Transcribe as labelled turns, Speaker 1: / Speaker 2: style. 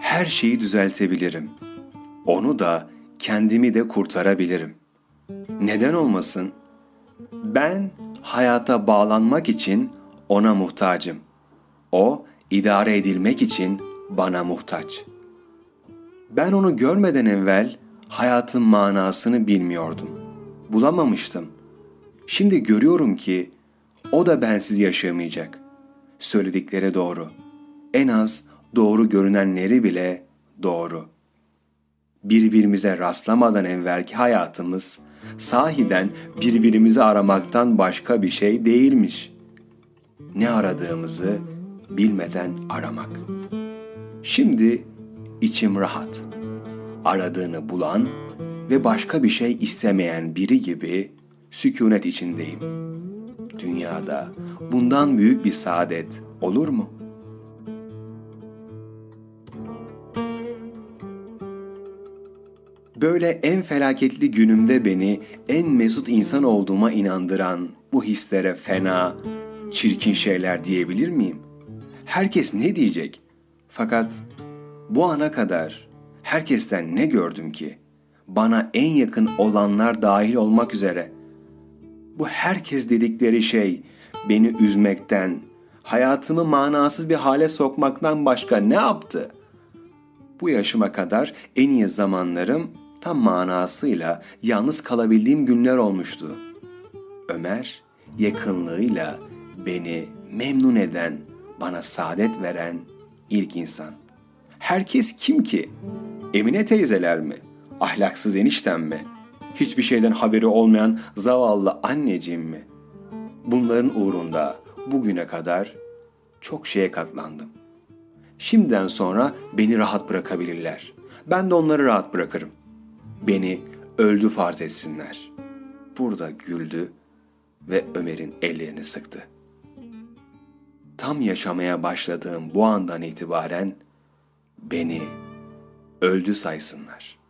Speaker 1: her şeyi düzeltebilirim. Onu da, kendimi de kurtarabilirim. Neden olmasın? Ben hayata bağlanmak için ona muhtacım. O, idare edilmek için bana muhtaç. Ben onu görmeden evvel hayatın manasını bilmiyordum. Bulamamıştım. Şimdi görüyorum ki o da bensiz yaşayamayacak. Söyledikleri doğru. En az doğru görünenleri bile doğru. Birbirimize rastlamadan evvelki hayatımız sahiden birbirimizi aramaktan başka bir şey değilmiş. Ne aradığımızı bilmeden aramak. Şimdi içim rahat. Aradığını bulan ve başka bir şey istemeyen biri gibi sükunet içindeyim. Dünyada bundan büyük bir saadet olur mu? Böyle en felaketli günümde beni en mesut insan olduğuma inandıran bu hislere fena, çirkin şeyler diyebilir miyim? Herkes ne diyecek? Fakat bu ana kadar herkesten ne gördüm ki? Bana en yakın olanlar dahil olmak üzere. Bu herkes dedikleri şey beni üzmekten, hayatımı manasız bir hale sokmaktan başka ne yaptı? Bu yaşıma kadar en iyi zamanlarım tam manasıyla yalnız kalabildiğim günler olmuştu. Ömer, yakınlığıyla beni memnun eden, bana saadet veren ilk insan. Herkes kim ki? Emine teyzeler mi? Ahlaksız eniştem mi? Hiçbir şeyden haberi olmayan zavallı anneciğim mi? Bunların uğrunda bugüne kadar çok şeye katlandım. Şimdiden sonra beni rahat bırakabilirler. Ben de onları rahat bırakırım. Beni öldü farz etsinler. Burada güldü ve Ömer'in ellerini sıktı. Tam yaşamaya başladığım bu andan itibaren beni öldü saysınlar.